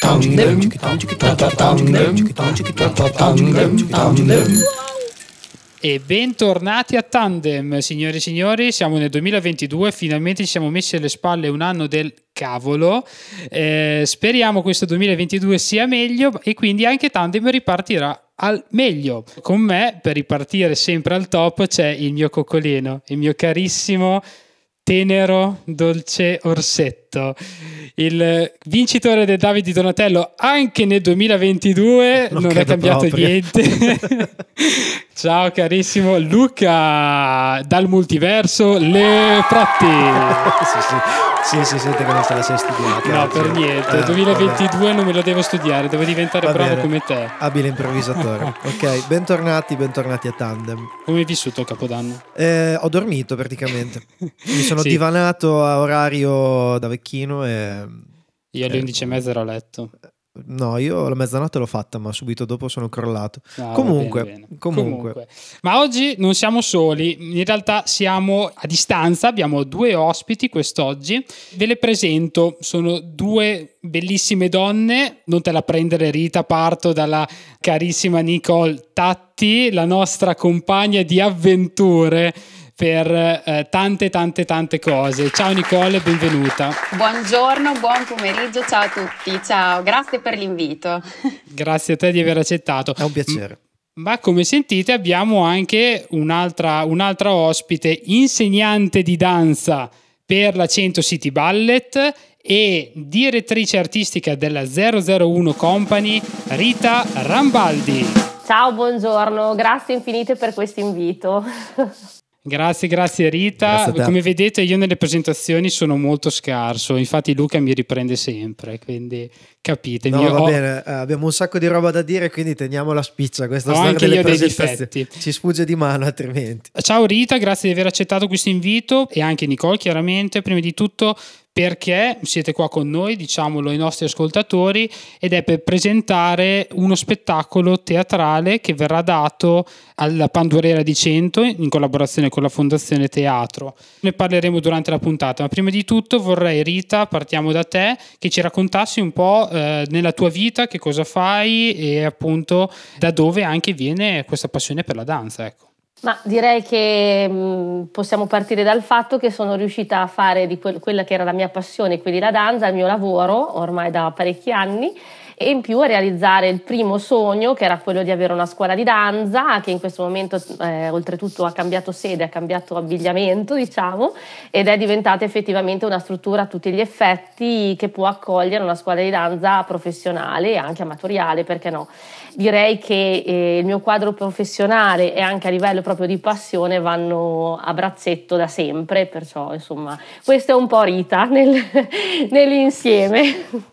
E bentornati a Tandem, signori e signori, siamo nel 2022, finalmente ci siamo messi alle spalle un anno del cavolo, speriamo questo 2022 sia meglio e quindi anche Tandem ripartirà al meglio. Con me, per ripartire sempre al top, c'è il mio coccolino, il mio carissimo, tenero, dolce Orsetto, il vincitore del David di Donatello anche nel 2022, non è cambiato niente. Ciao carissimo Luca dal multiverso Le Fratti. Sì, si sente che non te la sei studiata. No, per niente. 2022 non me lo devo studiare, devo diventare bravo come te. Abile improvvisatore. Ok, bentornati a Tandem. Come hai vissuto il Capodanno? Ho dormito praticamente. Mi sono divanato a orario da vecchino e... Io alle 11:30 ero a letto. No, io la mezzanotte l'ho fatta, ma subito dopo sono crollato. Comunque. Ma oggi non siamo soli, in realtà siamo a distanza, abbiamo due ospiti quest'oggi. Ve le presento, sono due bellissime donne, non te la prendere Rita, parto dalla carissima Tatti, la nostra compagna di avventure per tante cose. Ciao Nicole, benvenuta. Buongiorno, buon pomeriggio, ciao a tutti, ciao, grazie per l'invito. Grazie a te di aver accettato. È un piacere. Ma come sentite abbiamo anche un'altra ospite, insegnante di danza per la 100 City Ballet e direttrice artistica della 001 Company, Rita Rambaldi. Ciao, buongiorno, grazie infinite per questo invito. Grazie Rita. Come vedete io nelle presentazioni sono molto scarso, infatti Luca mi riprende sempre, quindi capite. Va bene, abbiamo un sacco di roba da dire, quindi teniamo la spiccia. Questa storia anche delle io presentazioni ci sfugge di mano altrimenti. Ciao Rita, grazie di aver accettato questo invito e anche Nicole chiaramente, prima di tutto perché siete qua con noi, diciamolo ai nostri ascoltatori, ed è per presentare uno spettacolo teatrale che verrà dato alla Pandoriera di Cento in collaborazione con la Fondazione Teatro. Ne parleremo durante la puntata, ma prima di tutto vorrei, Rita, partiamo da te, che ci raccontassi un po' nella tua vita che cosa fai e appunto da dove anche viene questa passione per la danza, ecco. Ma direi che possiamo partire dal fatto che sono riuscita a fare di quella che era la mia passione, quindi la danza, il mio lavoro ormai da parecchi anni, e in più a realizzare il primo sogno, che era quello di avere una scuola di danza, che in questo momento oltretutto ha cambiato sede, ha cambiato abbigliamento, diciamo, ed è diventata effettivamente una struttura a tutti gli effetti che può accogliere una scuola di danza professionale e anche amatoriale, perché no? Direi che il mio quadro professionale e anche a livello proprio di passione vanno a braccetto da sempre, perciò insomma questo è un po' Rita nell'insieme.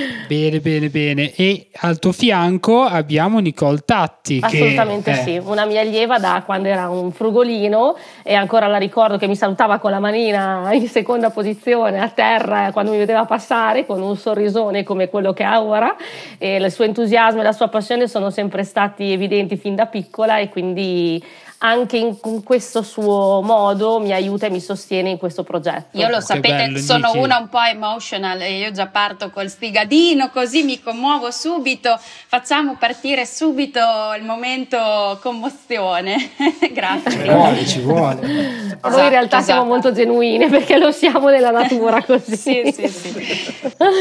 Bene. E al tuo fianco abbiamo Nicole Tatti. Assolutamente sì, una mia allieva da quando era un frugolino, e ancora la ricordo che mi salutava con la manina in seconda posizione a terra quando mi vedeva passare, con un sorrisone come quello che ha ora, e il suo entusiasmo e la sua passione sono sempre stati evidenti fin da piccola, e quindi anche in questo suo modo mi aiuta e mi sostiene in questo progetto. Io lo sapete, bello, sono Niki. Una un po' emotional e io già parto col sfigadino, così mi commuovo subito, facciamo partire subito il momento commozione. Grazie. Ci vuole. Noi in realtà siamo molto genuine perché lo siamo nella natura così. Sì.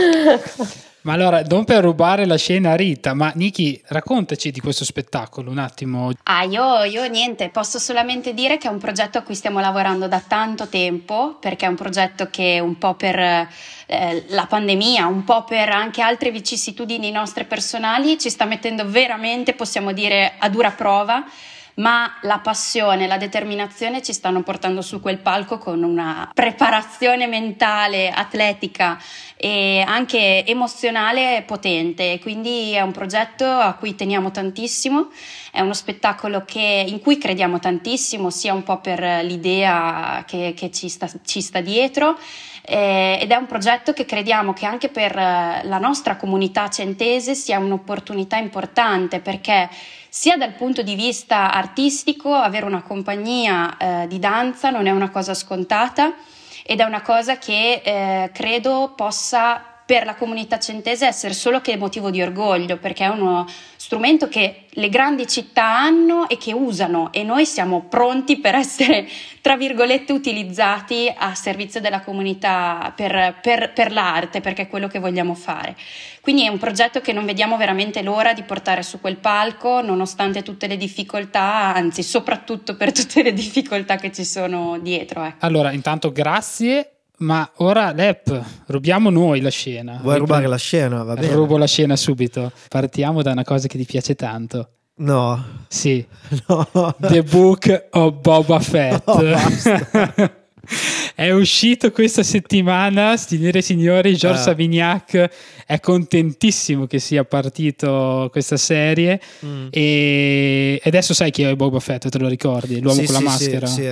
Ma allora, non per rubare la scena a Rita, ma Niki, raccontaci di questo spettacolo un attimo. Io niente, posso solamente dire che è un progetto a cui stiamo lavorando da tanto tempo, perché è un progetto che un po' per la pandemia, un po' per anche altre vicissitudini nostre personali ci sta mettendo veramente, possiamo dire, a dura prova. Ma la passione, la determinazione ci stanno portando su quel palco con una preparazione mentale, atletica e anche emozionale potente, quindi è un progetto a cui teniamo tantissimo, è uno spettacolo in cui crediamo tantissimo, sia un po' per l'idea che ci sta dietro, ed è un progetto che crediamo che anche per la nostra comunità centese sia un'opportunità importante, perché sia dal punto di vista artistico avere una compagnia di danza non è una cosa scontata, ed è una cosa che credo possa per la comunità centese essere solo che motivo di orgoglio, perché è uno strumento che le grandi città hanno e che usano, e noi siamo pronti per essere, tra virgolette, utilizzati a servizio della comunità per l'arte, perché è quello che vogliamo fare. Quindi è un progetto che non vediamo veramente l'ora di portare su quel palco, nonostante tutte le difficoltà, anzi soprattutto per tutte le difficoltà che ci sono dietro. Allora, intanto grazie. Ma ora, Lep, rubiamo noi la scena. Vuoi rubare la scena? Va bene. Rubo la scena subito. Partiamo da una cosa che ti piace tanto. No. Sì. No. The Book of Boba Fett. No, basta. È uscito questa settimana, signore e signori. Georges Savignac è contentissimo che sia partito questa serie. E adesso sai chi è Boba Fett, te lo ricordi? L'uomo con la maschera. Sì,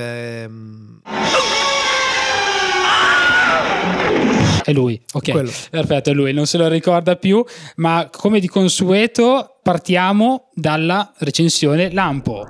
È lui, ok, quello. Perfetto, è lui, non se lo ricorda più, ma come di consueto partiamo dalla recensione lampo.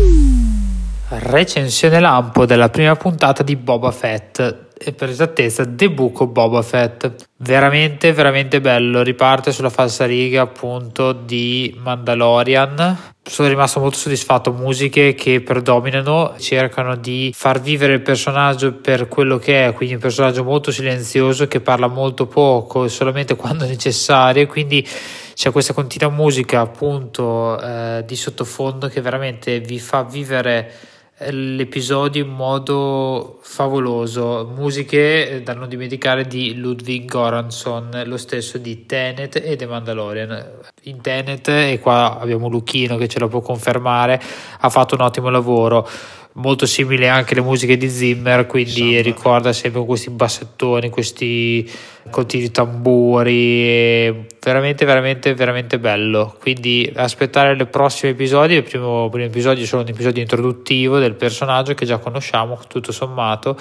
Recensione lampo della prima puntata di Boba Fett, e per esattezza The Book of Boba Fett. Veramente veramente bello, riparte sulla falsariga appunto di Mandalorian. Sono rimasto molto soddisfatto, musiche che predominano, cercano di far vivere il personaggio per quello che è, quindi un personaggio molto silenzioso che parla molto poco e solamente quando necessario, quindi c'è questa continua musica appunto di sottofondo che veramente vi fa vivere l'episodio in modo favoloso. Musiche da non dimenticare di Ludwig Göransson, lo stesso di Tenet e The Mandalorian. In Tenet, e qua abbiamo Luchino che ce lo può confermare, ha fatto un ottimo lavoro, molto simile anche alle musiche di Zimmer, quindi ricorda sempre questi bassettoni, questi continui tamburi, veramente veramente veramente bello. Quindi aspettare i prossimi episodi. Il primo episodio è solo un episodio introduttivo del personaggio che già conosciamo tutto sommato,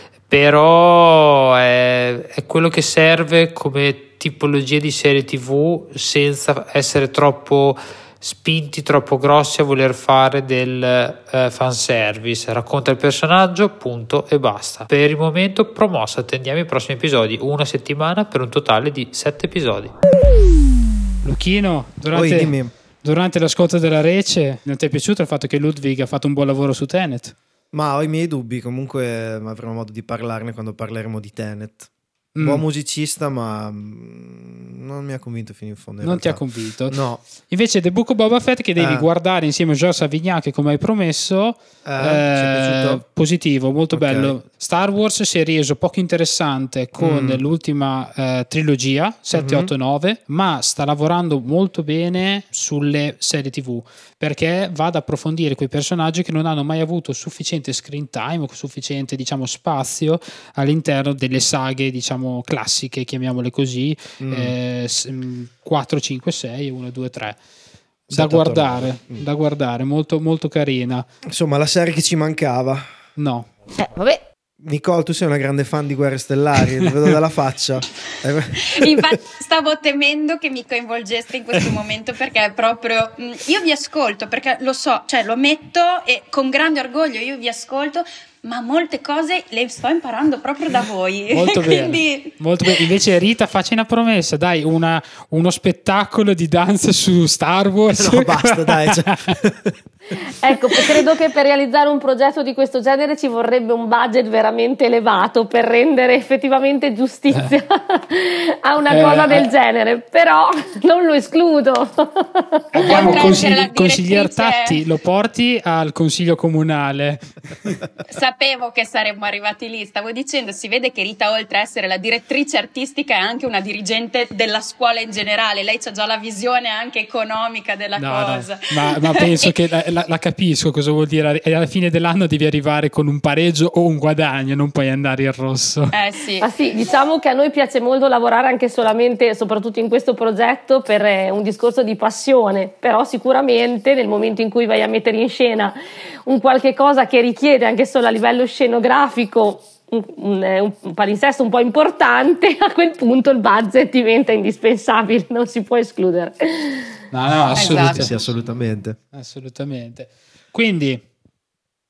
però è quello che serve come tipologia di serie TV, senza essere troppo spinti, troppo grossi a voler fare del fanservice. Racconta il personaggio, punto e basta. Per il momento promossa, attendiamo i prossimi episodi, una settimana per un totale di 7 episodi. Luchino, durante l'ascolto della Rece, non ti è piaciuto il fatto che Ludwig ha fatto un buon lavoro su Tenet? Ma ho i miei dubbi, comunque avremo modo di parlarne quando parleremo di Tenet. Buon musicista, ma non mi ha convinto fino in fondo. Non ti ha convinto? No. Invece The Book of Boba Fett, che devi guardare insieme a Georges Savignac, come hai promesso, ci è piaciuto? Positivo, molto bello. Star Wars si è reso poco interessante con l'ultima trilogia 7, 8, 9, ma sta lavorando molto bene sulle serie TV, perché va ad approfondire quei personaggi che non hanno mai avuto sufficiente screen time o sufficiente, diciamo, spazio all'interno delle saghe, diciamo, classiche, chiamiamole così, 4, 5, 6, 1, 2, 3. Da guardare, molto molto carina. Insomma, la serie che ci mancava. No. Vabbè. Nicole, tu sei una grande fan di Guerre Stellari, lo vedo dalla faccia. Infatti stavo temendo che mi coinvolgeste in questo momento, perché è proprio io vi ascolto, perché lo so, cioè lo metto e con grande orgoglio io vi ascolto, ma molte cose le sto imparando proprio da voi. Molto bene, Quindi... molto bene. Invece Rita, facci una promessa, dai, uno spettacolo di danza su Star Wars. No, basta, dai. Ecco, credo che per realizzare un progetto di questo genere ci vorrebbe un budget veramente elevato per rendere effettivamente giustizia a una cosa del genere, però non lo escludo. Abbiamo consigliere Tatti, lo porti al consiglio comunale. Sapevo che saremmo arrivati lì, stavo dicendo, si vede che Rita, oltre a essere la direttrice artistica, è anche una dirigente della scuola in generale, lei c'ha già la visione anche economica della cosa. No. Ma penso che la capisco cosa vuol dire, e alla fine dell'anno devi arrivare con un pareggio o un guadagno, non puoi andare in rosso. Sì. Ma sì, diciamo che a noi piace molto lavorare anche solamente, soprattutto in questo progetto, per un discorso di passione, però sicuramente nel momento in cui vai a mettere in scena un qualche cosa che richiede anche solo a livello scenografico un palinsesto un po' importante, a quel punto il budget diventa indispensabile, non si può escludere. No, Sì, assolutamente. Assolutamente. Quindi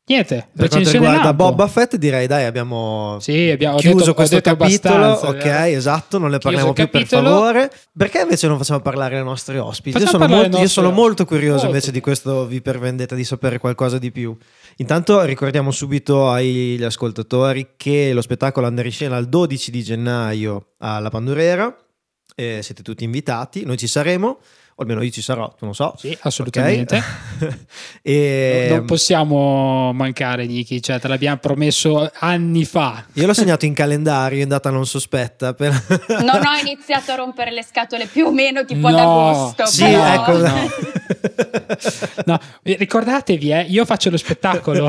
Niente, Per quanto recensione riguarda lampo. Boba Fett, direi dai, abbiamo Ho chiuso detto questo capitolo. abbastanza, Ok, vero? esatto, non ne Chiuso parliamo il più, per capitolo. favore. Perché invece non facciamo parlare ai nostri ospiti? Io Facciamo sono, parlare ai molto, io sono nostri molto ospiti. curioso Molto. invece di questo V per Vendetta, di sapere qualcosa di più. Intanto ricordiamo subito agli ascoltatori che lo spettacolo andrà in scena il 12 di gennaio alla Pandurera. Siete tutti invitati, noi ci saremo, o almeno io ci sarò, tu non so. Sì, assolutamente. Ok? E Non possiamo mancare, Niki, cioè te l'abbiamo promesso anni fa. io l'ho segnato in calendario in data non sospetta. Non ho iniziato a rompere le scatole più o meno tipo ad No, agosto. Sì, però... ecco. no. No, ricordatevi, io faccio lo spettacolo.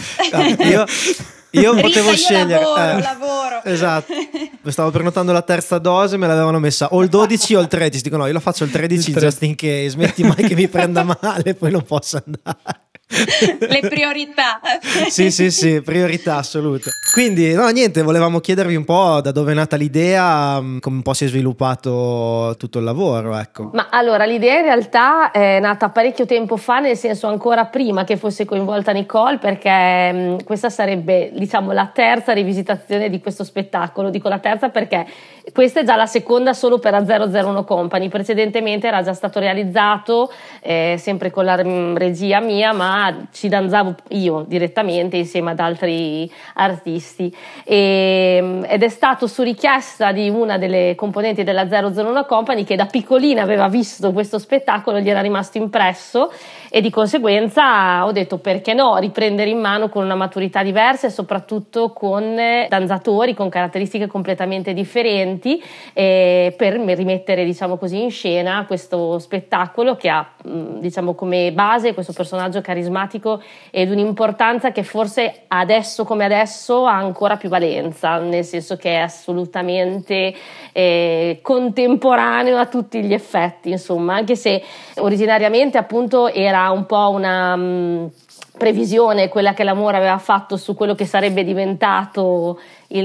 Io Rita, potevo io scegliere. lavoro. Esatto. Stavo prenotando la terza dose, me l'avevano messa o il 12 o il 13. Dico no, io la faccio il 13 Il 13. just in case. Metti mai che mi prenda male, poi non posso andare. Le priorità. Sì, priorità assoluta. Quindi, no, niente, volevamo chiedervi un po' da dove è nata l'idea, come un po' si è sviluppato tutto il lavoro, ecco. Ma allora l'idea in realtà è nata parecchio tempo fa, nel senso ancora prima che fosse coinvolta Nicole, perché questa sarebbe, diciamo, la terza rivisitazione di questo spettacolo. Dico la terza perché questa è già la seconda solo per la 001 Company. Precedentemente era già stato realizzato sempre con la regia mia, ma ci danzavo io direttamente insieme ad altri artisti. Ed è stato su richiesta di una delle componenti della 001 Company, che da piccolina aveva visto questo spettacolo, gli era rimasto impresso, e di conseguenza ho detto perché no, riprendere in mano con una maturità diversa e soprattutto con danzatori con caratteristiche completamente differenti, per rimettere, diciamo così, in scena questo spettacolo che ha, diciamo, come base questo personaggio carismatico ed un'importanza che forse adesso come adesso ha ancora più valenza, nel senso che è assolutamente contemporaneo a tutti gli effetti, insomma, anche se originariamente appunto era un po' una previsione quella che l'amore aveva fatto su quello che sarebbe diventato la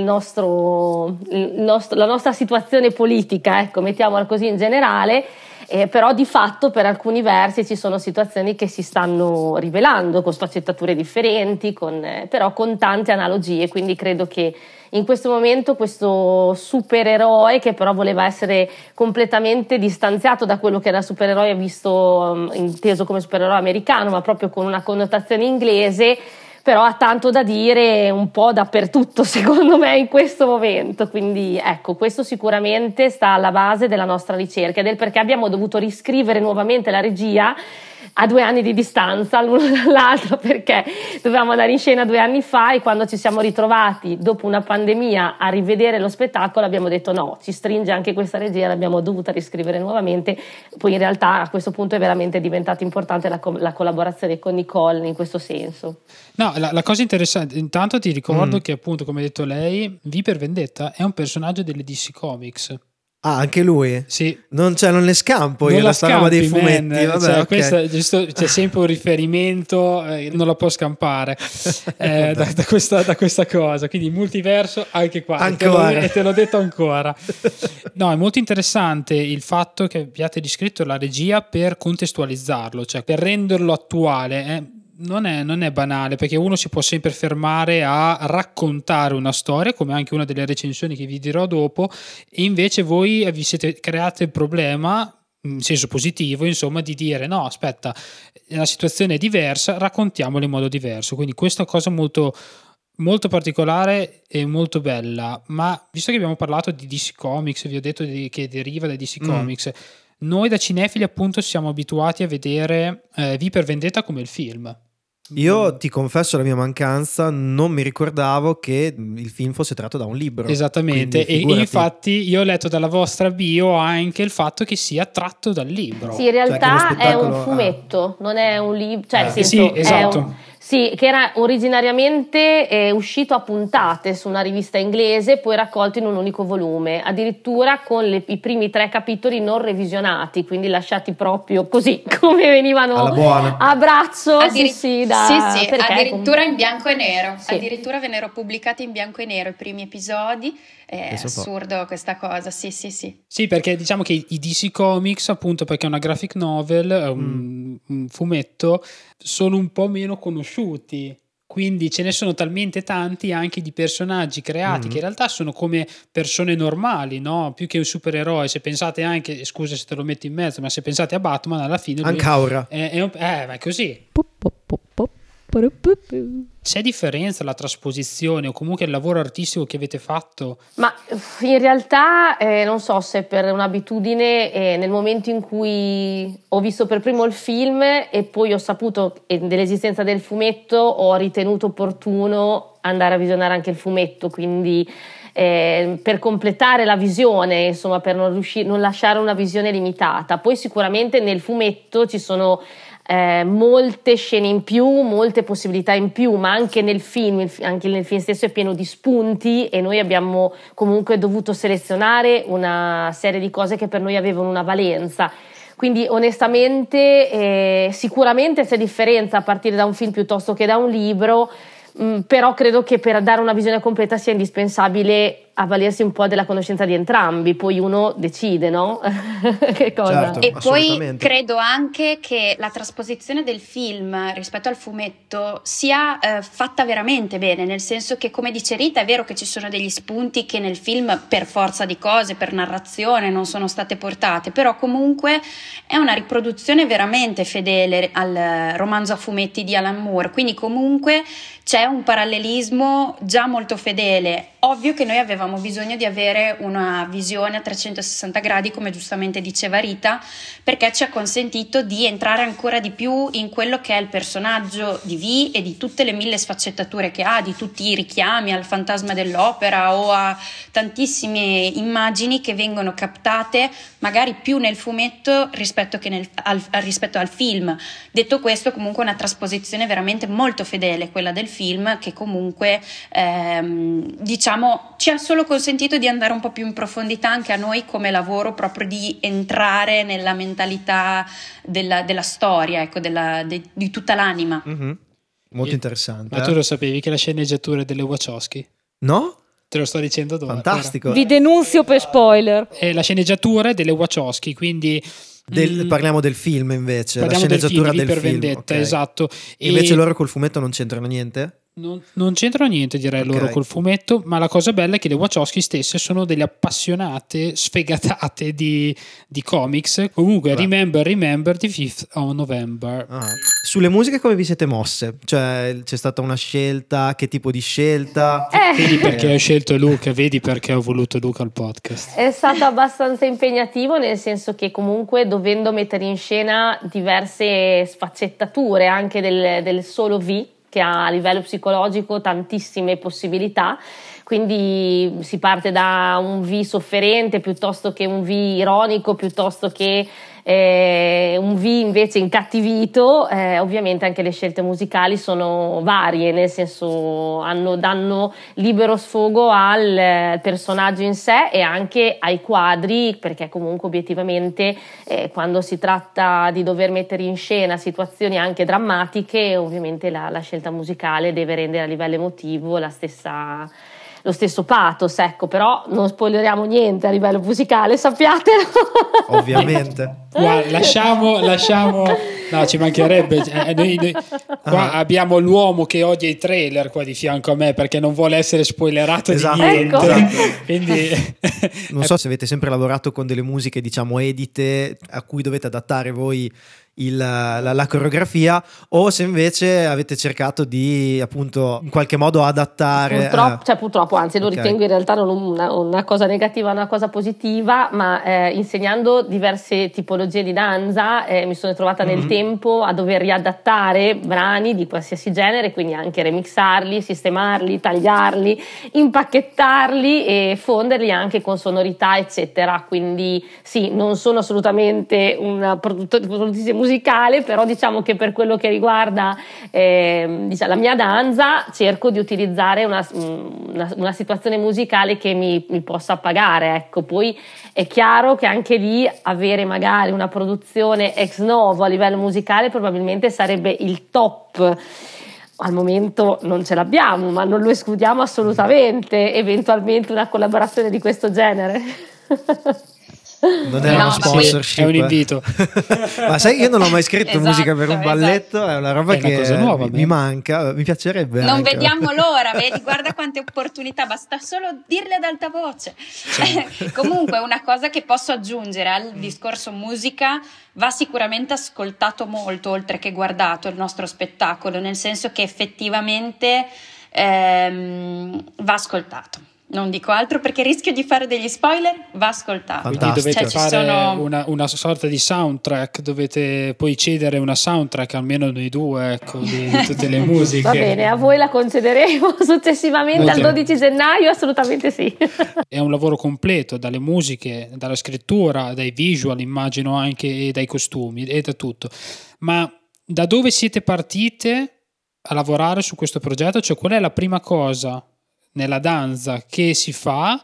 nostra situazione politica, ecco, mettiamola così in generale. Però di fatto per alcuni versi ci sono situazioni che si stanno rivelando con sfaccettature differenti, però con tante analogie, quindi credo che in questo momento questo supereroe, che però voleva essere completamente distanziato da quello che era supereroe visto, inteso come supereroe americano, ma proprio con una connotazione inglese, però ha tanto da dire un po' dappertutto secondo me in questo momento, quindi ecco, questo sicuramente sta alla base della nostra ricerca ed è il perché abbiamo dovuto riscrivere nuovamente la regia a 2 anni di distanza l'uno dall'altro, perché dovevamo andare in scena 2 anni fa e quando ci siamo ritrovati dopo una pandemia a rivedere lo spettacolo abbiamo detto no, ci stringe anche questa regia, l'abbiamo dovuta riscrivere nuovamente. Poi in realtà a questo punto è veramente diventata importante la collaborazione con Nicole in questo senso. No, la cosa interessante, intanto ti ricordo che appunto, come ha detto lei, V per Vendetta è un personaggio delle DC Comics. Ah, anche lui? Sì. Non ne scampo Non io la la sta roba dei scampi, fumetti. man. Vabbè, Cioè, ok. questa, giusto, c'è sempre un riferimento, non la può scampare da questa cosa. Quindi multiverso anche qua. E te l'ho detto ancora. No, è molto interessante il fatto che abbiate descritto la regia per contestualizzarlo, cioè per renderlo attuale. Non è banale, perché uno si può sempre fermare a raccontare una storia, come anche una delle recensioni che vi dirò dopo, e invece voi vi siete creati il problema, in senso positivo, insomma, di dire no, aspetta, la situazione è diversa, raccontiamola in modo diverso. Quindi questa cosa molto, molto particolare e molto bella. Ma visto che abbiamo parlato di DC Comics, vi ho detto che deriva da DC Comics, noi da cinefili appunto siamo abituati a vedere V per Vendetta come il film. Io ti confesso la mia mancanza, non mi ricordavo che il film fosse tratto da un libro. Esattamente, e infatti io ho letto dalla vostra bio anche il fatto che sia tratto dal libro. Sì, in realtà è un fumetto, non è un libro, cioè nel senso, sì, esatto. Sì, che era originariamente uscito a puntate su una rivista inglese, poi raccolto in un unico volume, addirittura con i primi 3 capitoli non revisionati, quindi lasciati proprio così come venivano a braccio. Sì, addirittura in bianco e nero. Sì. Addirittura vennero pubblicati in bianco e nero i primi episodi. È assurdo questa cosa, sì. Sì, perché diciamo che i DC Comics, appunto, perché è una graphic novel, un fumetto, sono un po' meno conosciuti. quindi ce ne sono talmente tanti anche di personaggi creati che in realtà sono come persone normali, no? Più che un supereroe. Se pensate anche, scusa se te lo metto in mezzo, ma se pensate a Batman, alla fine lui Ancaura. ma è così. C'è differenza la trasposizione o comunque il lavoro artistico che avete fatto? Ma in realtà non so se per un'abitudine nel momento in cui ho visto per primo il film e poi ho saputo dell'esistenza del fumetto, ho ritenuto opportuno andare a visionare anche il fumetto, quindi per completare la visione, insomma, per non lasciare una visione limitata. Poi sicuramente nel fumetto ci sono molte scene in più, molte possibilità in più, ma anche nel film stesso è pieno di spunti e noi abbiamo comunque dovuto selezionare una serie di cose che per noi avevano una valenza. Quindi onestamente sicuramente c'è differenza a partire da un film piuttosto che da un libro, però credo che per dare una visione completa sia indispensabile avvalersi un po' della conoscenza di entrambi, poi uno decide, no? Che cosa? Certo, e poi credo anche che la trasposizione del film rispetto al fumetto sia fatta veramente bene, nel senso che, come dice Rita, è vero che ci sono degli spunti che nel film per forza di cose, per narrazione non sono state portate, però comunque è una riproduzione veramente fedele al romanzo a fumetti di Alan Moore, quindi comunque c'è un parallelismo già molto fedele. Ovvio che noi avevamo bisogno di avere una visione a 360 gradi, come giustamente diceva Rita, perché ci ha consentito di entrare ancora di più in quello che è il personaggio di V e di tutte le 1000 sfaccettature che ha, di tutti i richiami al fantasma dell'opera o a tantissime immagini che vengono captate magari più nel fumetto rispetto al film. Detto questo, comunque una trasposizione veramente molto fedele, quella del film, che comunque diciamo ci ha solo consentito di andare un po' più in profondità anche a noi come lavoro, proprio di entrare nella mentalità della storia, ecco, di tutta l'anima. Molto interessante. Ma tu lo sapevi che la sceneggiatura è delle Wachowski? No? Te lo sto dicendo dopo. Fantastico. Vi denunzio per spoiler. La sceneggiatura è delle Wachowski, quindi parliamo del film invece, parliamo la sceneggiatura del film, del per film, Vendetta, okay. esatto. Invece loro col fumetto non c'entrano niente? Non c'entrano niente, direi, loro col fumetto, ma la cosa bella è che le Wachowski stesse sono delle appassionate, sfegatate di comics. Comunque, remember the 5th of November. Sulle musiche come vi siete mosse? Cioè, c'è stata una scelta? Che tipo di scelta? Vedi perché ho scelto Luca, vedi perché ho voluto Luca al podcast. È stato abbastanza impegnativo, nel senso che comunque dovendo mettere in scena diverse sfaccettature anche del solo V, che ha a livello psicologico tantissime possibilità, quindi si parte da un V sofferente piuttosto che un V ironico, piuttosto che un V invece incattivito. Ovviamente anche le scelte musicali sono varie, nel senso danno libero sfogo al personaggio in sé e anche ai quadri, perché comunque obiettivamente quando si tratta di dover mettere in scena situazioni anche drammatiche, ovviamente la scelta musicale deve rendere a livello emotivo lo stesso pathos, ecco, però non spoileriamo niente a livello musicale, sappiatelo. Ovviamente. Guarda, lasciamo, no, ci mancherebbe. Noi qua abbiamo l'uomo che odia i trailer qua di fianco a me perché non vuole essere spoilerato di niente. Ecco. Quindi non so se avete sempre lavorato con delle musiche, diciamo, edite a cui dovete adattare voi la coreografia, o se invece avete cercato di, appunto, in qualche modo adattare. Purtroppo, anzi lo ritengo in realtà non una cosa negativa, una cosa positiva, ma insegnando diverse tipologie di danza mi sono trovata nel tempo a dover riadattare brani di qualsiasi genere, quindi anche remixarli, sistemarli, tagliarli, impacchettarli e fonderli anche con sonorità eccetera. Quindi sì, non sono assolutamente una produttrice musicale, però diciamo che per quello che riguarda la mia danza cerco di utilizzare una situazione musicale che mi possa appagare, ecco. Poi è chiaro che anche lì avere magari una produzione ex novo a livello musicale probabilmente sarebbe il top. Al momento non ce l'abbiamo, ma non lo escludiamo assolutamente, eventualmente una collaborazione di questo genere. Non era No, uno ma sponsorship. È un invito. Ma sai, io non ho mai scritto Esatto, musica per un balletto, è una roba È una che cosa nuova, mi beh. manca, mi piacerebbe Non anche. vediamo l'ora, vedi, guarda quante opportunità, basta solo dirle ad alta voce. Comunque, una cosa che posso aggiungere al discorso musica: va sicuramente ascoltato molto, oltre che guardato, il nostro spettacolo, nel senso che effettivamente va ascoltato. Non dico altro perché rischio di fare degli spoiler, va ascoltato. Quindi Fantastico. dovete Cioè, ci fare sono- una sorta di soundtrack, dovete poi cedere una soundtrack, almeno noi due, ecco, di tutte le musiche. Va bene, a voi la concederemo successivamente al Molto. 12 gennaio, assolutamente sì. È un lavoro completo, dalle musiche, dalla scrittura, dai visual, immagino anche, e dai costumi e da tutto. Ma da dove siete partite a lavorare su questo progetto? Cioè, qual è la prima cosa nella danza che si fa?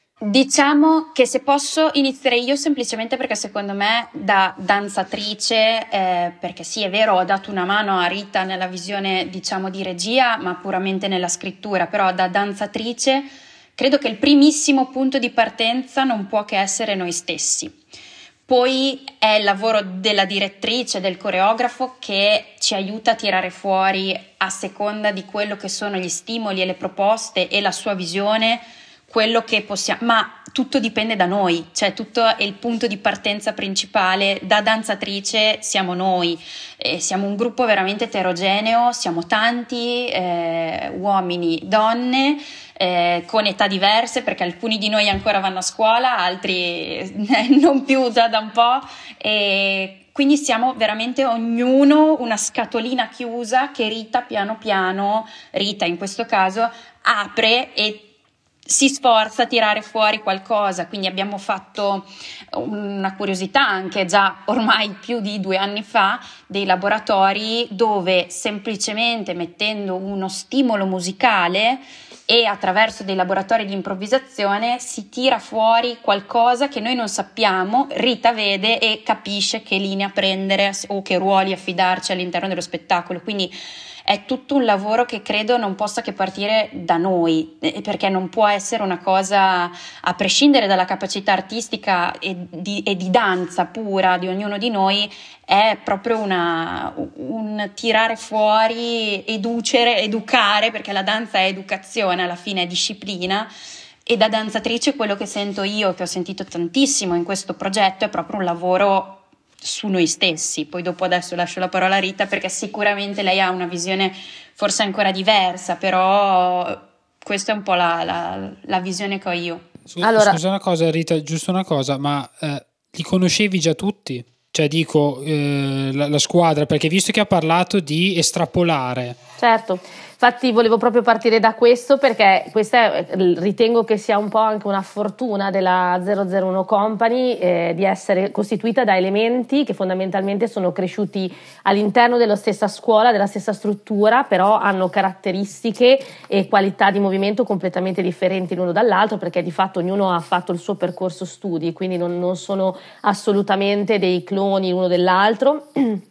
Diciamo che, se posso, inizierei io, semplicemente perché secondo me, da danzatrice, perché sì, è vero, ho dato una mano a Rita nella visione, diciamo, di regia, ma puramente nella scrittura, però da danzatrice credo che il primissimo punto di partenza non può che essere noi stessi. Poi è il lavoro della direttrice, del coreografo, che ci aiuta a tirare fuori, a seconda di quello che sono gli stimoli e le proposte e la sua visione, quello che possiamo, ma tutto dipende da noi, cioè tutto è il punto di partenza principale. Da danzatrice siamo noi, siamo un gruppo veramente eterogeneo, siamo tanti, uomini, donne, con età diverse, perché alcuni di noi ancora vanno a scuola, altri non più già da un po', e quindi siamo veramente ognuno una scatolina chiusa che Rita piano piano, Rita in questo caso, apre e si sforza a tirare fuori qualcosa. Quindi abbiamo fatto una curiosità anche già ormai più di 2 anni fa, dei laboratori dove semplicemente mettendo uno stimolo musicale e attraverso dei laboratori di improvvisazione si tira fuori qualcosa che noi non sappiamo. Rita vede e capisce che linea prendere o che ruoli affidarci all'interno dello spettacolo. Quindi è tutto un lavoro che credo non possa che partire da noi, perché non può essere una cosa, a prescindere dalla capacità artistica e di danza pura di ognuno di noi, è proprio un tirare fuori, educare, perché la danza è educazione, alla fine è disciplina. E da danzatrice quello che sento io, che ho sentito tantissimo in questo progetto, è proprio un lavoro su noi stessi. Poi dopo, adesso lascio la parola a Rita, perché sicuramente lei ha una visione forse ancora diversa, però questa è un po' la visione che ho io. Allora- Scusa una cosa, Rita, giusto una cosa, ma li conoscevi già tutti? Cioè dico, la squadra, perché visto che ha parlato di estrapolare. Certo, infatti volevo proprio partire da questo, perché questa ritengo che sia un po' anche una fortuna della 001 Company, di essere costituita da elementi che fondamentalmente sono cresciuti all'interno della stessa scuola, della stessa struttura, però hanno caratteristiche e qualità di movimento completamente differenti l'uno dall'altro, perché di fatto ognuno ha fatto il suo percorso studi, quindi non sono assolutamente dei cloni l'uno dell'altro.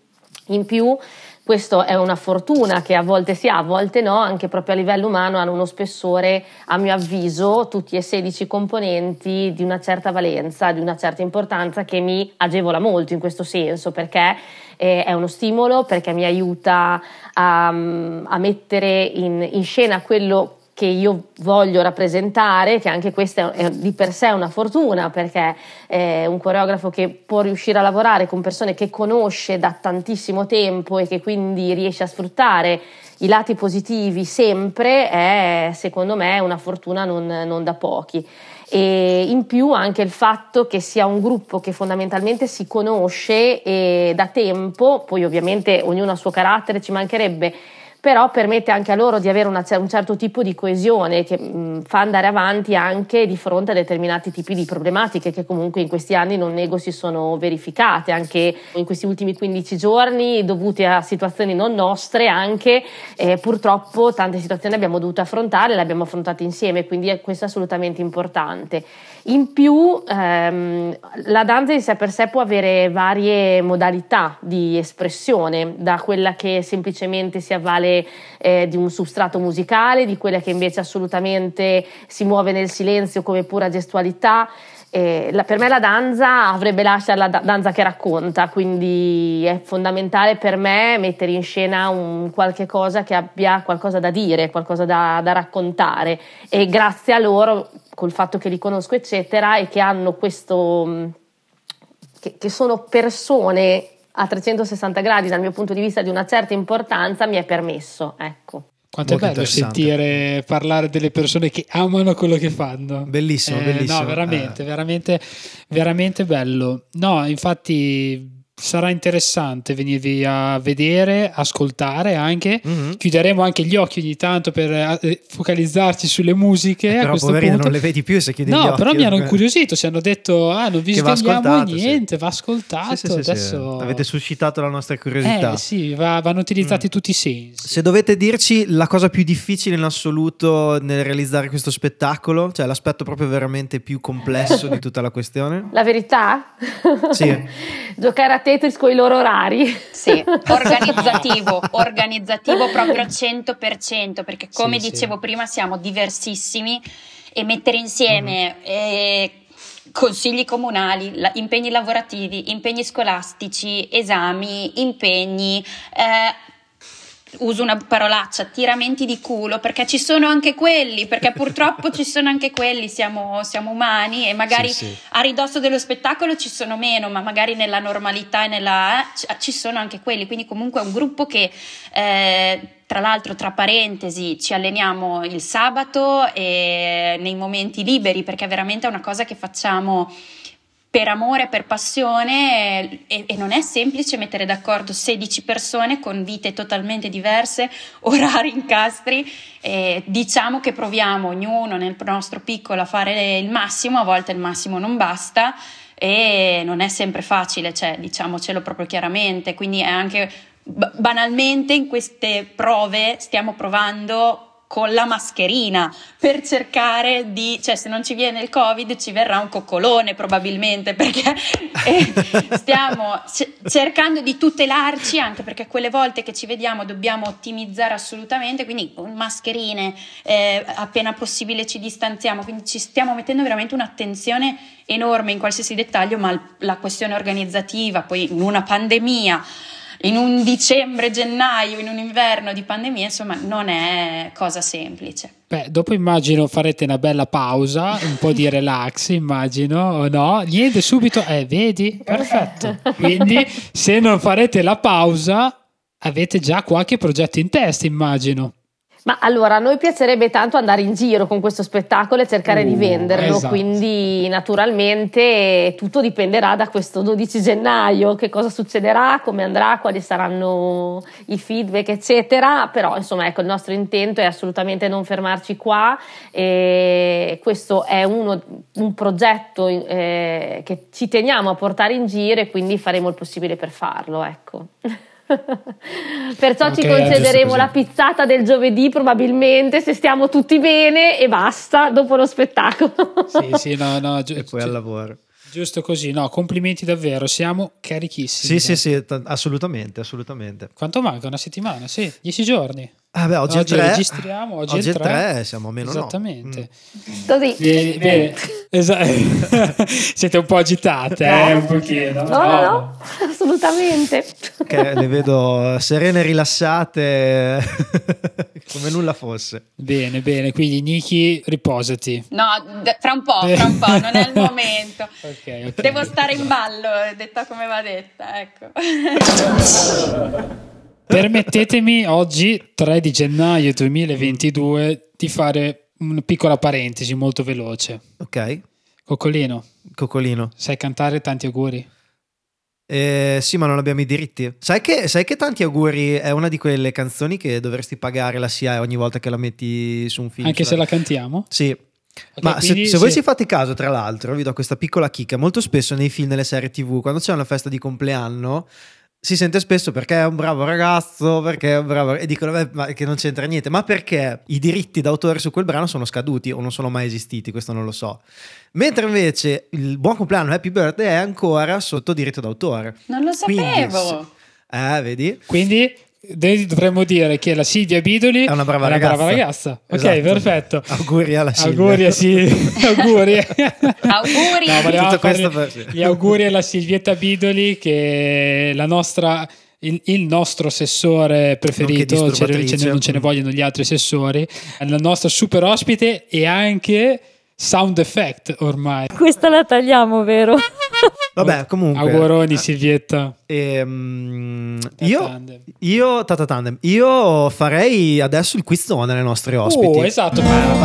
In più, questo è una fortuna che a volte si ha, a volte no, anche proprio a livello umano hanno uno spessore, a mio avviso, tutti e 16 componenti di una certa valenza, di una certa importanza, che mi agevola molto in questo senso, perché è uno stimolo, perché mi aiuta a mettere in scena quello che io voglio rappresentare, che anche questa è di per sé una fortuna, perché un coreografo che può riuscire a lavorare con persone che conosce da tantissimo tempo e che quindi riesce a sfruttare i lati positivi sempre, è secondo me una fortuna non da pochi. E in più anche il fatto che sia un gruppo che fondamentalmente si conosce da tempo, poi ovviamente ognuno ha il suo carattere, ci mancherebbe, però permette anche a loro di avere un certo tipo di coesione che fa andare avanti anche di fronte a determinati tipi di problematiche che comunque in questi anni, non nego, si sono verificate anche in questi ultimi 15 giorni, dovute a situazioni non nostre anche, purtroppo tante situazioni abbiamo dovuto affrontare, le abbiamo affrontate insieme, quindi questo è assolutamente importante. In più la danza di sé per sé può avere varie modalità di espressione, da quella che semplicemente si avvale di un substrato musicale, di quella che invece assolutamente si muove nel silenzio come pura gestualità. Per me la danza avrebbe lasciato la danza che racconta, quindi è fondamentale per me mettere in scena qualche cosa che abbia qualcosa da dire, qualcosa da raccontare, e grazie a loro, col fatto che li conosco eccetera, e che hanno questo, che sono persone a 360 gradi dal mio punto di vista di una certa importanza, mi è permesso, ecco. Quanto è bello sentire parlare delle persone che amano quello che fanno. Bellissimo, bellissimo. No, veramente bello. No, infatti sarà interessante venirvi a vedere, ascoltare anche. Chiuderemo anche gli occhi ogni tanto per focalizzarci sulle musiche. Però a questo poverino punto non le vedi più se chiudi gli occhi. No, però mi hanno incuriosito, ci hanno detto non vi svegliamo niente, va ascoltato. Sì, adesso avete suscitato la nostra curiosità. Sì, vanno utilizzati tutti i sensi. Se dovete dirci la cosa più difficile in assoluto nel realizzare questo spettacolo, cioè l'aspetto proprio veramente più complesso di tutta la questione. La verità? Sì. Giocare a Tetris con i loro orari. Sì, organizzativo proprio al 100%, perché come dicevo prima siamo diversissimi, e mettere insieme consigli comunali, impegni lavorativi, impegni scolastici, esami, impegni, uso una parolaccia, tiramenti di culo, perché ci sono anche quelli, perché purtroppo ci sono anche quelli, siamo umani, e magari a ridosso dello spettacolo ci sono meno, ma magari nella normalità e ci sono anche quelli, quindi comunque è un gruppo che tra l'altro, tra parentesi, ci alleniamo il sabato e nei momenti liberi, perché veramente è una cosa che facciamo per amore, per passione, e non è semplice mettere d'accordo 16 persone con vite totalmente diverse, orari, incastri, e diciamo che proviamo ognuno nel nostro piccolo a fare il massimo, a volte il massimo non basta e non è sempre facile, cioè diciamocelo proprio chiaramente, quindi è anche banalmente in queste prove stiamo provando con la mascherina per cercare di, cioè se non ci viene il Covid ci verrà un coccolone probabilmente, perché stiamo cercando di tutelarci, anche perché quelle volte che ci vediamo dobbiamo ottimizzare assolutamente, quindi con mascherine, appena possibile ci distanziamo, quindi ci stiamo mettendo veramente un'attenzione enorme in qualsiasi dettaglio, ma la questione organizzativa, poi in una pandemia, in un dicembre, gennaio, in un inverno di pandemia, insomma non è cosa semplice. Beh, dopo immagino farete una bella pausa, un po' di relax, immagino, o no? Niente, subito, vedi? Perfetto. Quindi se non farete la pausa avete già qualche progetto in testa, immagino. Ma allora, a noi piacerebbe tanto andare in giro con questo spettacolo e cercare di venderlo, esatto. Quindi naturalmente tutto dipenderà da questo 12 gennaio, che cosa succederà, come andrà, quali saranno i feedback eccetera, però insomma ecco, il nostro intento è assolutamente non fermarci qua, e questo è un progetto che ci teniamo a portare in giro, e quindi faremo il possibile per farlo, ecco. Perciò ci concederemo la pizzata del giovedì probabilmente, se stiamo tutti bene, e basta dopo lo spettacolo. Sì, no, e poi al lavoro. Giusto così, no, complimenti davvero, siamo carichissimi. Sì, assolutamente. Quanto manca? Una settimana? Sì, 10 giorni. Oggi è 3. Registriamo, oggi è il 3. Siamo a meno. Esattamente. Così. Bene. Siete un po' agitate, un pochino. No, assolutamente. Le vedo serene e rilassate come nulla fosse. Bene, quindi Niki, riposati. No, fra un po', non è il momento. Okay. Devo stare in ballo, detta come va detta, ecco. Permettetemi oggi, 3 di gennaio 2022, di fare una piccola parentesi molto veloce. Ok. Coccolino, sai cantare Tanti auguri? Sì, ma non abbiamo i diritti. Sai che Tanti auguri è una di quelle canzoni che dovresti pagare la SIAE ogni volta che la metti su un film. Anche se la cantiamo? Sì. Okay, ma se voi ci fate caso, tra l'altro, vi do questa piccola chicca. Molto spesso nei film, nelle serie TV, quando c'è una festa di compleanno, si sente spesso perché è un bravo ragazzo, perché è un bravo, e dicono ma che non c'entra niente, ma perché i diritti d'autore su quel brano sono scaduti o non sono mai esistiti, questo non lo so. Mentre invece il buon compleanno Happy Birthday è ancora sotto diritto d'autore. Non lo sapevo. Vedi? Quindi Noi dovremmo dire che la Silvia Bidoli è una brava ragazza. Esatto. Ok, perfetto. Auguri alla Silvia. Auguri, auguri. Auguri. No, volevamo Tutto fare questo gli auguri alla Silvietta Bidoli, che è la nostra, il nostro assessore preferito, non ce ne vogliono gli altri assessori, è la nostra super ospite e anche sound effect ormai. Questa la tagliamo, vero? Vabbè, comunque. Auguroni Silvietta. Io Tata Tandem. Io farei adesso il quizone alle nostre ospiti. Esatto.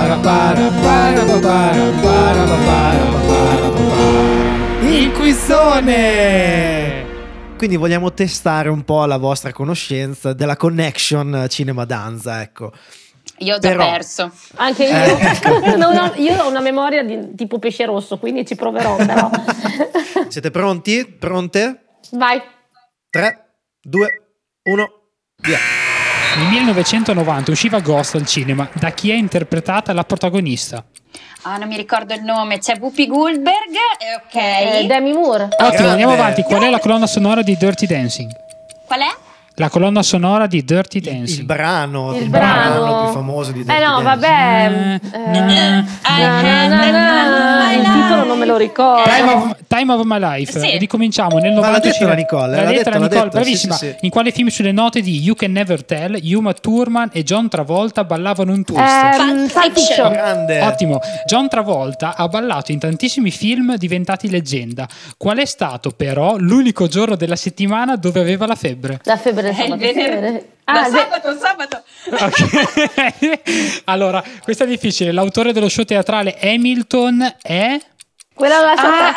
Il quizone. Quindi vogliamo testare un po' la vostra conoscenza della connection cinema danza, ecco. Io ho già perso. Anche io. Io ho una memoria di tipo pesce rosso, quindi ci proverò però. Siete pronti? Pronte? Vai. 3, 2, 1, via. Nel 1990 usciva Ghost al cinema. Da chi è interpretata la protagonista? Non mi ricordo il nome. C'è Whoopi Goldberg. Ok. Demi Moore. Ottimo, andiamo avanti. Qual è la colonna sonora di Dirty Dancing? Qual è? La colonna sonora di Dirty Dancing. Il brano più famoso di Dirty no, Dancing. vabbè. Il titolo non me lo ricordo. Time of My Life. Sì. E ricominciamo nel 90. Ma l'ha detto la Nicole. L'ha detta la Nicole, bravissima. Sì. In quale film sulle note di You Can Never Tell Uma Thurman e John Travolta ballavano un twist? Pulp Fiction. Grande. Ottimo. John Travolta ha ballato in tantissimi film diventati leggenda. Qual è stato però l'unico giorno della settimana dove aveva la febbre? La febbre del sabato. Sabato. Ok. Allora, questa è difficile. L'autore dello show teatrale Hamilton è... Quella la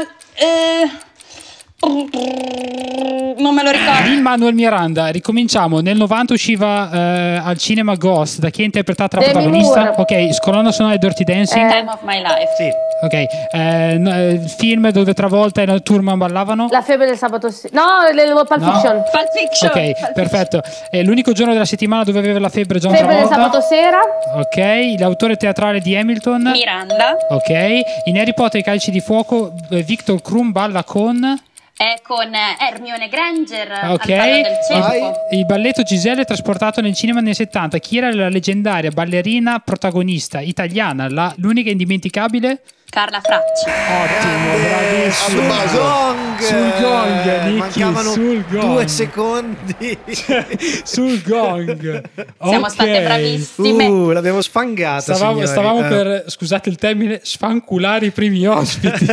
non me lo ricordo. Lin-Manuel Miranda. Ricominciamo. Nel 90 usciva al cinema Ghost. Da chi è interpretata la Demi protagonista? Moore. Ok, colonna sonora di Dirty Dancing. Time of My Life. Sì. Ok, film dove Travolta e Thurman ballavano? La febbre del sabato. No, Pulp Fiction. Pulp Fiction. Ok, perfetto. È l'unico giorno della settimana dove aveva la febbre John Febbre del Travolta? sabato sera. Ok, l'autore teatrale di Hamilton? Miranda. Ok, in Harry Potter i calci di fuoco Victor Krum balla con... È con Hermione Granger Ok, al ballo del ceppo. il balletto Giselle è trasportato nel cinema nel 70. Chi era la leggendaria ballerina protagonista italiana, l'unica indimenticabile? Carla Fracci. Ottimo, bravissimo. Sul gong, Nicky, Mancavano sul gong. 2 secondi. Sul gong. Siamo state bravissime. L'abbiamo sfangata. Stavamo per, scusate il termine, sfanculare i primi ospiti.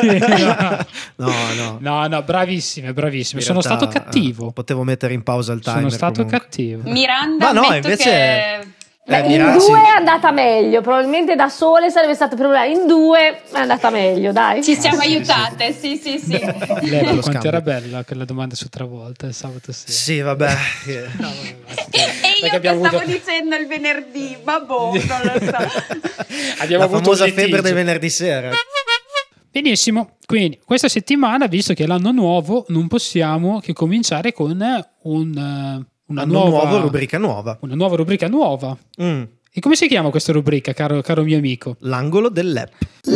No, bravissime. In Sono realtà, stato cattivo. Potevo mettere in pausa il timer. Sono stato comunque. cattivo. Miranda, Ma no, ammetto invece- che... In due è andata meglio. Probabilmente da sole sarebbe stato problema. In due è andata meglio, dai. Ci siamo aiutate, sì. Lei, quanto scambio. era bella quella domanda su Travolta il sabato sera. Sì, vabbè. E Perché io che abbiamo stavo avuto- dicendo il venerdì, ma non lo so. Abbiamo La avuto famosa un litigio. febbre del venerdì sera. Benissimo, quindi questa settimana, visto che è l'anno nuovo, non possiamo che cominciare con una nuova rubrica nuova. Una nuova rubrica nuova. E come si chiama questa rubrica, caro mio amico? L'angolo dell'app.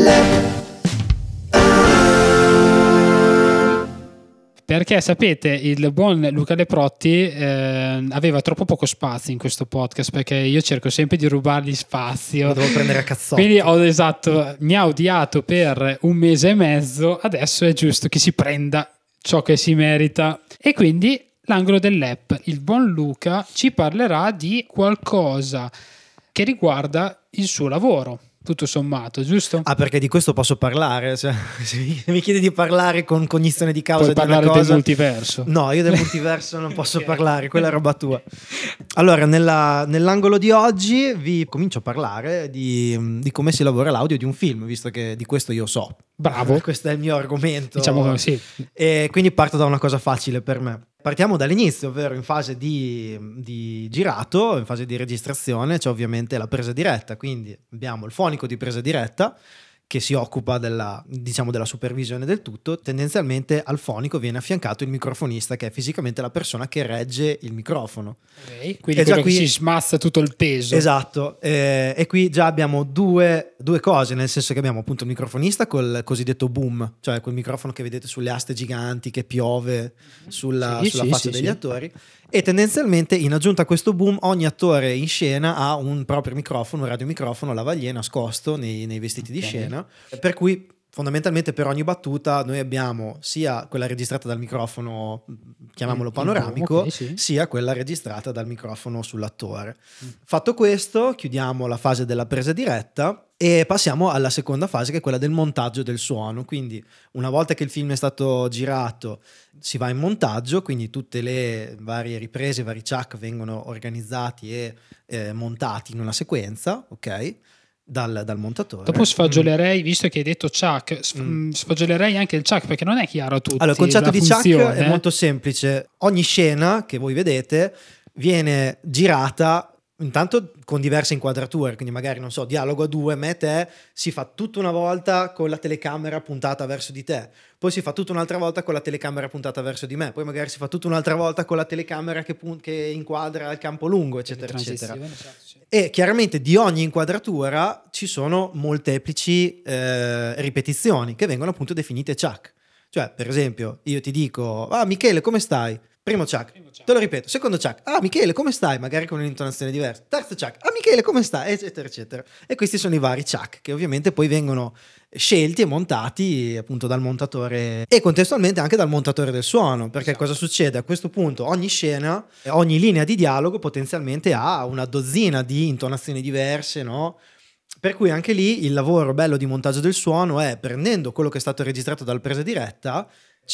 Perché sapete, il buon Luca Leprotti aveva troppo poco spazio in questo podcast, perché io cerco sempre di rubargli spazio. Lo devo prendere a cazzotti. Quindi mi ha odiato per 1 mese e mezzo, adesso è giusto che si prenda ciò che si merita. E quindi l'angolo dell'app. Il buon Luca ci parlerà di qualcosa che riguarda il suo lavoro, tutto sommato, giusto? Ah, perché di questo posso parlare? Cioè, se mi chiedi di parlare con cognizione di causa Puoi di una parlare del cosa... multiverso. No, io del multiverso non posso parlare, quella è roba tua. Allora, nell'angolo di oggi vi comincio a parlare di come si lavora l'audio di un film, visto che di questo io so. Bravo. Questo è il mio argomento. Diciamo sì. E quindi parto da una cosa facile per me. Partiamo dall'inizio, ovvero in fase di girato, in fase di registrazione, c'è ovviamente la presa diretta, quindi abbiamo il fonico di presa diretta che si occupa della supervisione del tutto. Tendenzialmente al fonico viene affiancato il microfonista, che è fisicamente la persona che regge il microfono. Okay. Quindi quello che si smazza tutto il peso. Esatto, e qui già abbiamo due cose, nel senso che abbiamo appunto il microfonista col cosiddetto boom, cioè quel microfono che vedete sulle aste giganti che piove sulla faccia degli attori, E tendenzialmente, in aggiunta a questo boom, ogni attore in scena ha un proprio microfono, un radiomicrofono lavalier nascosto nei vestiti di scena, per cui fondamentalmente per ogni battuta noi abbiamo sia quella registrata dal microfono, chiamiamolo panoramico, sia quella registrata dal microfono sull'attore. Fatto questo, chiudiamo la fase della presa diretta e passiamo alla seconda fase, che è quella del montaggio del suono. Quindi una volta che il film è stato girato si va in montaggio, quindi tutte le varie riprese, i vari chuck vengono organizzati e montati in una sequenza, ok? Dal montatore. Dopo sfagiolerei, visto che hai detto chuck, sfagiolerei anche il chuck, perché non è chiaro a tutti. Allora, il concetto di funzione, chuck è molto semplice. Ogni scena che voi vedete viene girata intanto con diverse inquadrature, quindi magari, non so, dialogo a due, me e te, si fa tutta una volta con la telecamera puntata verso di te, poi si fa tutta un'altra volta con la telecamera puntata verso di me, poi magari si fa tutta un'altra volta con la telecamera che inquadra il campo lungo, eccetera, eccetera. E chiaramente di ogni inquadratura ci sono molteplici ripetizioni che vengono appunto definite chuck. Cioè, per esempio, io ti dico: ah, Michele, come stai? Primo chuck, te lo ripeto. Secondo chuck: ah, Michele, come stai? Magari con un'intonazione diversa. Terzo chuck: ah, Michele, come stai? Eccetera, eccetera. E questi sono i vari chuck che ovviamente poi vengono scelti e montati appunto dal montatore e contestualmente anche dal montatore del suono, perché cosa succede? A questo punto ogni scena, ogni linea di dialogo potenzialmente ha una dozzina di intonazioni diverse, no? Per cui anche lì il lavoro bello di montaggio del suono è, prendendo quello che è stato registrato dal presa diretta,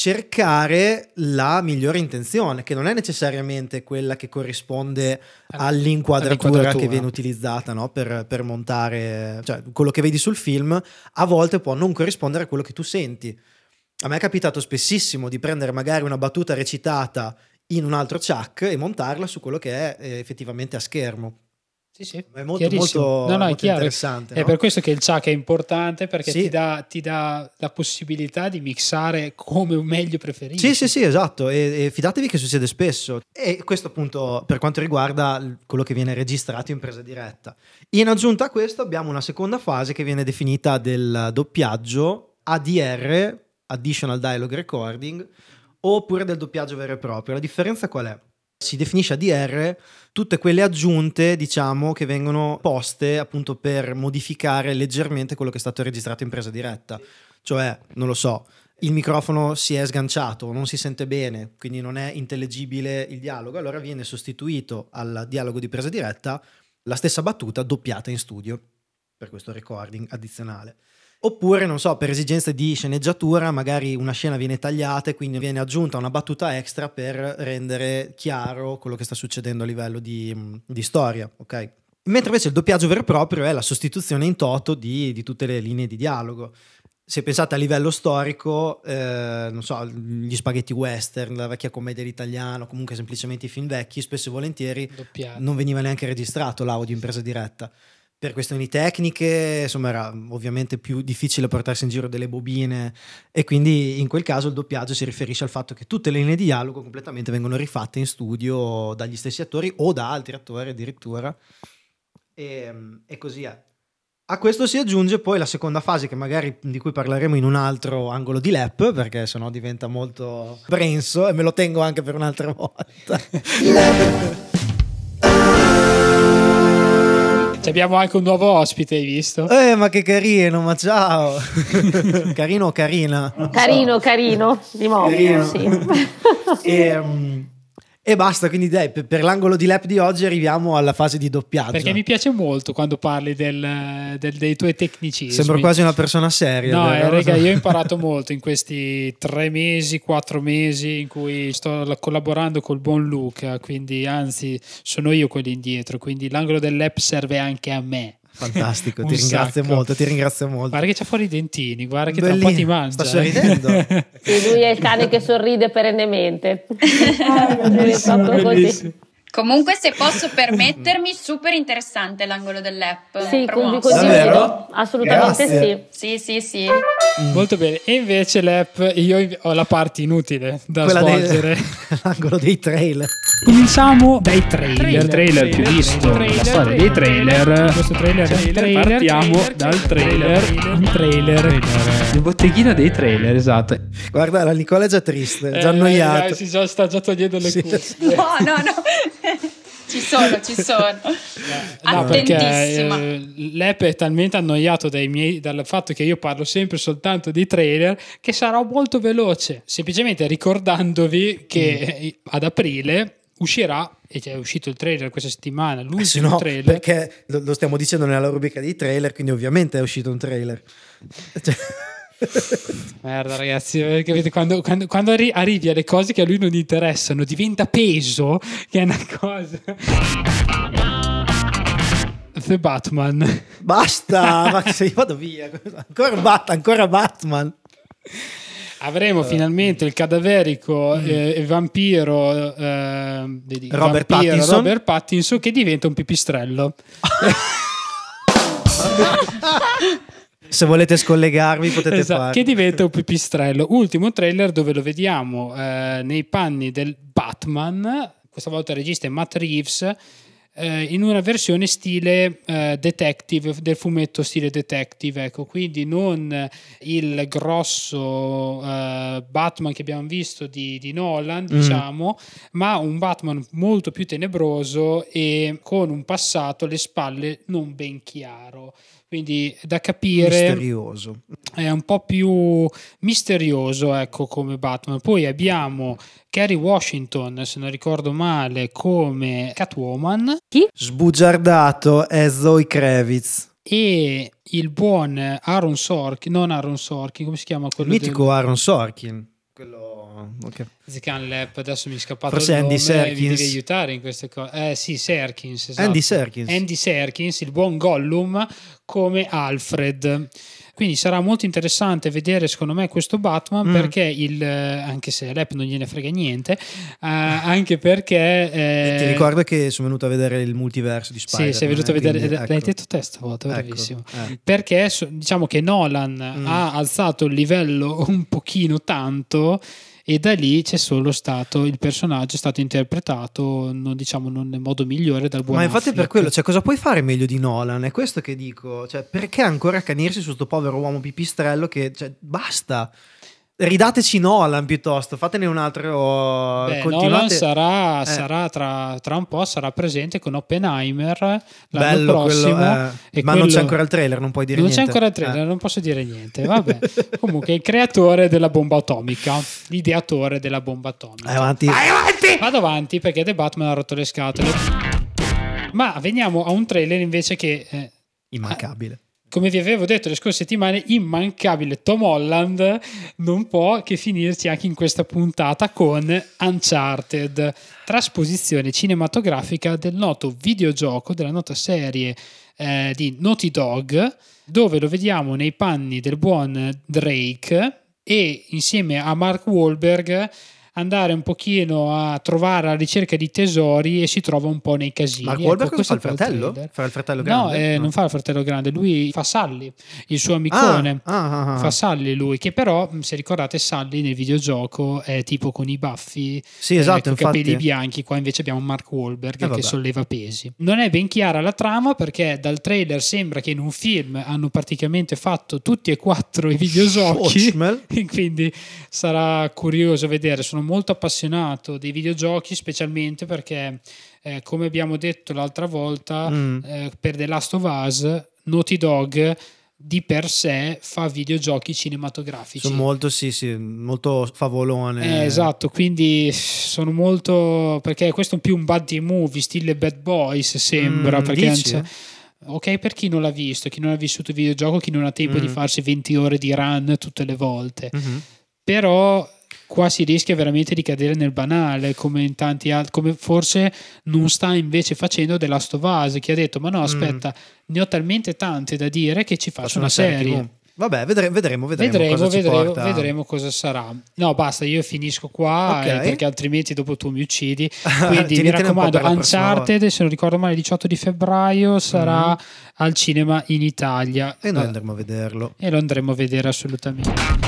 cercare la migliore intenzione, che non è necessariamente quella che corrisponde all'inquadratura che viene utilizzata, no? per montare, cioè quello che vedi sul film a volte può non corrispondere a quello che tu senti. A me è capitato spessissimo di prendere magari una battuta recitata in un altro chuck e montarla su quello che è effettivamente a schermo. Sì, è molto interessante. È per questo che il chuck è importante, perché ti dà la possibilità di mixare come meglio preferisci. Sì, esatto. E fidatevi che succede spesso. E questo appunto per quanto riguarda quello che viene registrato in presa diretta. In aggiunta a questo abbiamo una seconda fase che viene definita del doppiaggio ADR, Additional Dialogue Recording, oppure del doppiaggio vero e proprio. La differenza qual è? Si definisce ADR tutte quelle aggiunte, diciamo, che vengono poste appunto per modificare leggermente quello che è stato registrato in presa diretta. Cioè, non lo so, il microfono si è sganciato, non si sente bene, quindi non è intellegibile il dialogo, allora viene sostituito al dialogo di presa diretta la stessa battuta doppiata in studio per questo recording addizionale. Oppure, non so, per esigenze di sceneggiatura magari una scena viene tagliata e quindi viene aggiunta una battuta extra per rendere chiaro quello che sta succedendo a livello di storia, ok? Mentre invece il doppiaggio vero e proprio è la sostituzione in toto di tutte le linee di dialogo. Se pensate a livello storico, non so, gli spaghetti western, la vecchia commedia all'italiano, comunque semplicemente i film vecchi, spesso e volentieri non veniva neanche registrato l'audio in presa diretta. Per questioni tecniche, insomma, era ovviamente più difficile portarsi in giro delle bobine e quindi in quel caso il doppiaggio si riferisce al fatto che tutte le linee di dialogo completamente vengono rifatte in studio dagli stessi attori o da altri attori addirittura e così è. A questo si aggiunge poi la seconda fase di cui parleremo in un altro angolo di lap, perché sennò diventa molto brenso e me lo tengo anche per un'altra volta. Abbiamo anche un nuovo ospite, hai visto? Ma che carino, ma ciao. Carino o carina? Carino, di nuovo, sì. E basta, quindi dai, per l'angolo di lap di oggi arriviamo alla fase di doppiaggio. Perché mi piace molto quando parli dei tuoi tecnicismi. Sembra quasi una persona seria. No, raga, io ho imparato molto in questi 4 mesi in cui sto collaborando col buon Luca, quindi anzi sono io quelli indietro, quindi l'angolo del lap serve anche a me. Fantastico, ti ringrazio molto. Guarda che c'ha fuori i dentini, guarda che tra un po' ti mangia. Sta sorridendo. Sì, lui è il cane che sorride perennemente. Bellissimo. Comunque, se posso permettermi, super interessante l'angolo dell'app. Sì, promosso. condivido, assolutamente Grazie. sì. Sì. Molto bene. E invece l'app, io ho la parte inutile da Quella svolgere. l'angolo dei trailer. Cominciamo dai trailer più visto. trailer, La storia dei trailer. Questo trailer è un trailer. Partiamo dal trailer. Il botteghino dei trailer, esatto. Guarda, la Nicola è già triste, già annoiato. Sta già togliendo le cuffie. No. Ci sono. No, perché Attentissima. l'app è talmente annoiato dal fatto che io parlo sempre soltanto di trailer che sarò molto veloce, semplicemente ricordandovi che ad aprile uscirà, e è uscito il trailer questa settimana, l'ultimo trailer. Perché lo stiamo dicendo nella rubrica dei trailer, quindi ovviamente è uscito un trailer. Cioè... Merda, ragazzi, capite? Quando arrivi alle cose che a lui non interessano, diventa peso, che è una cosa. The Batman. Basta, ma se io vado via. Ancora Batman. Avremo finalmente il cadaverico vampiro Robert Pattinson che diventa un pipistrello. Se volete scollegarvi potete fare. Che diventa un pipistrello. Ultimo trailer dove lo vediamo nei panni del Batman, questa volta il regista è Matt Reeves, in una versione stile detective, del fumetto stile detective, ecco, quindi non il grosso Batman che abbiamo visto di Nolan, diciamo, ma un Batman molto più tenebroso e con un passato alle spalle non ben chiaro. Quindi da capire, misterioso, è un po' più misterioso, ecco, come Batman. Poi abbiamo Kerry Washington, se non ricordo male, come Catwoman. sbugiardato è Zoe Kravitz. E il buon Aaron Sorkin, non Aaron Sorkin, come si chiama quello? Il mitico Aaron Sorkin. Quello... Okay. Zican Lab, adesso mi è scappato Forse il nome, Andy Serkins. mi devi aiutare in queste cose. Sì, Serkins, esatto. Andy Serkins, il buon Gollum come Alfred. Quindi sarà molto interessante vedere, secondo me, questo Batman, perché anche se l'app non gliene frega niente, anche perché ti ricordo che sono venuto a vedere il multiverso di Spider-Man. Sì, sei venuto a vedere, quindi, l'hai ecco. detto te stavolta, bravissimo. Ecco. Perché diciamo che Nolan ha alzato il livello un pochino tanto, e da lì c'è solo stato il personaggio è stato interpretato non nel modo migliore dal buon Ma infatti Affleck. per quello, cioè, cosa puoi fare meglio di Nolan? È questo che dico, cioè, perché ancora accanirsi su sto povero uomo pipistrello che, cioè, basta. Ridateci Nolan piuttosto, fatene un altro. Nolan sarà tra un po' sarà presente con Oppenheimer l'anno bello prossimo, ma non c'è ancora il trailer, non puoi dire non niente. c'è ancora il trailer, non posso dire niente. Vabbè. Comunque il creatore della bomba atomica, l'ideatore della bomba atomica. Vai avanti. Vado avanti perché The Batman ha rotto le scatole. Ma veniamo a un trailer invece che immancabile. Come vi avevo detto le scorse settimane, immancabile Tom Holland non può che finirci anche in questa puntata con Uncharted, trasposizione cinematografica del noto videogioco, della nota serie di Naughty Dog, dove lo vediamo nei panni del buon Drake e insieme a Mark Wahlberg andare un pochino a trovare la ricerca di tesori e si trova un po' nei casini. Mark Wahlberg cosa fa il questo è fratello? Fa il fratello grande? No, non fa il fratello grande, lui fa Sully, il suo amicone. Fa Sully lui, che però, se ricordate, Sully nel videogioco è tipo con i baffi, sì, esatto, con i capelli bianchi. Qua invece abbiamo Mark Wahlberg che solleva pesi. Non è ben chiara la trama perché dal trailer sembra che in un film hanno praticamente fatto tutti e quattro i videogiochi e quindi sarà curioso vedere. Sono molto appassionato dei videogiochi, specialmente perché come abbiamo detto l'altra volta per The Last of Us, Naughty Dog di per sé fa videogiochi cinematografici. Sono molto favolone. Esatto, quindi sono molto, perché questo è più un buddy movie stile Bad Boys sembra, perché ok, per chi non l'ha visto, chi non ha vissuto il videogioco, chi non ha tempo di farsi 20 ore di run tutte le volte, però qua si rischia veramente di cadere nel banale, come in tanti altri, come forse non sta invece facendo The Last of Us, che ha detto ma no, aspetta, ne ho talmente tante da dire che ci faccio una serie. Vabbè, vedremo cosa sarà. No, basta, io finisco qua, perché altrimenti dopo tu mi uccidi. Quindi mi raccomando, Uncharted, se non ricordo male, il 18 di febbraio sarà al cinema in Italia. E noi andremo a vederlo. E lo andremo a vedere assolutamente.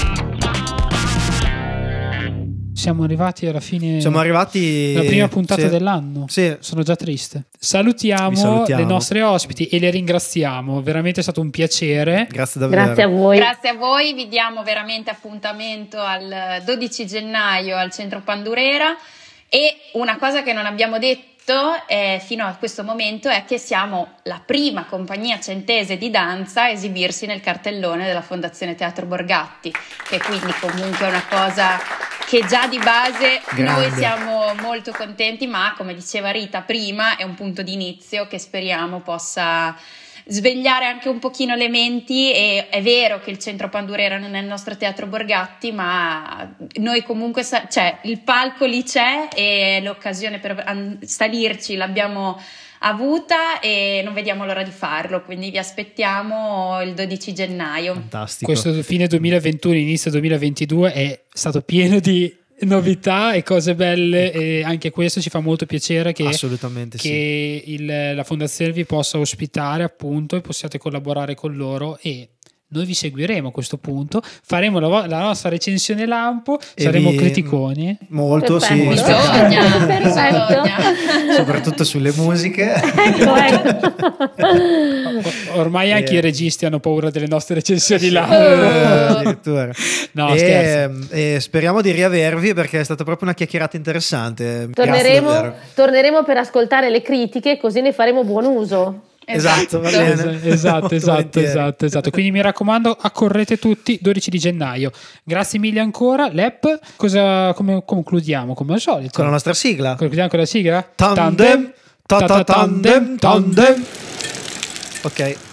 Siamo arrivati alla fine. Siamo arrivati alla prima puntata dell'anno. Sì. Sono già triste. Salutiamo le nostre ospiti e le ringraziamo. Veramente è stato un piacere. Grazie davvero. Grazie a voi. Grazie a voi. Vi diamo veramente appuntamento al 12 gennaio al Centro Pandurera. E una cosa che non abbiamo detto fino a questo momento è che siamo la prima compagnia centese di danza a esibirsi nel cartellone della Fondazione Teatro Borgatti, che quindi comunque è una cosa che già di base noi siamo molto contenti, ma come diceva Rita prima è un punto di inizio che speriamo possa svegliare anche un pochino le menti. E è vero che il Centro Pandurera non è il nostro Teatro Borgatti, ma noi comunque il palco lì c'è e l'occasione per salirci l'abbiamo avuta e non vediamo l'ora di farlo, quindi vi aspettiamo il 12 gennaio. Fantastico. Questo fine 2021, inizio 2022 è stato pieno di novità e cose belle, e anche questo ci fa molto piacere che la fondazione vi possa ospitare, appunto, e possiate collaborare con loro, e noi vi seguiremo a questo punto, faremo la nostra recensione lampo, saremo criticoni molto. Perfetto. Sì, Perfetto. soprattutto sulle musiche. Ecco. Ormai anche i registi hanno paura delle nostre recensioni lampo. Addirittura. No, scherzo. E speriamo di riavervi, perché è stata proprio una chiacchierata interessante. Torneremo per ascoltare le critiche, così ne faremo buon uso. Esatto, va bene. Esatto. Quindi mi raccomando, accorrete tutti 12 di gennaio. Grazie mille ancora. Lep, come concludiamo? Come al solito con la nostra sigla. Concludiamo con la sigla? Tandem. Ok.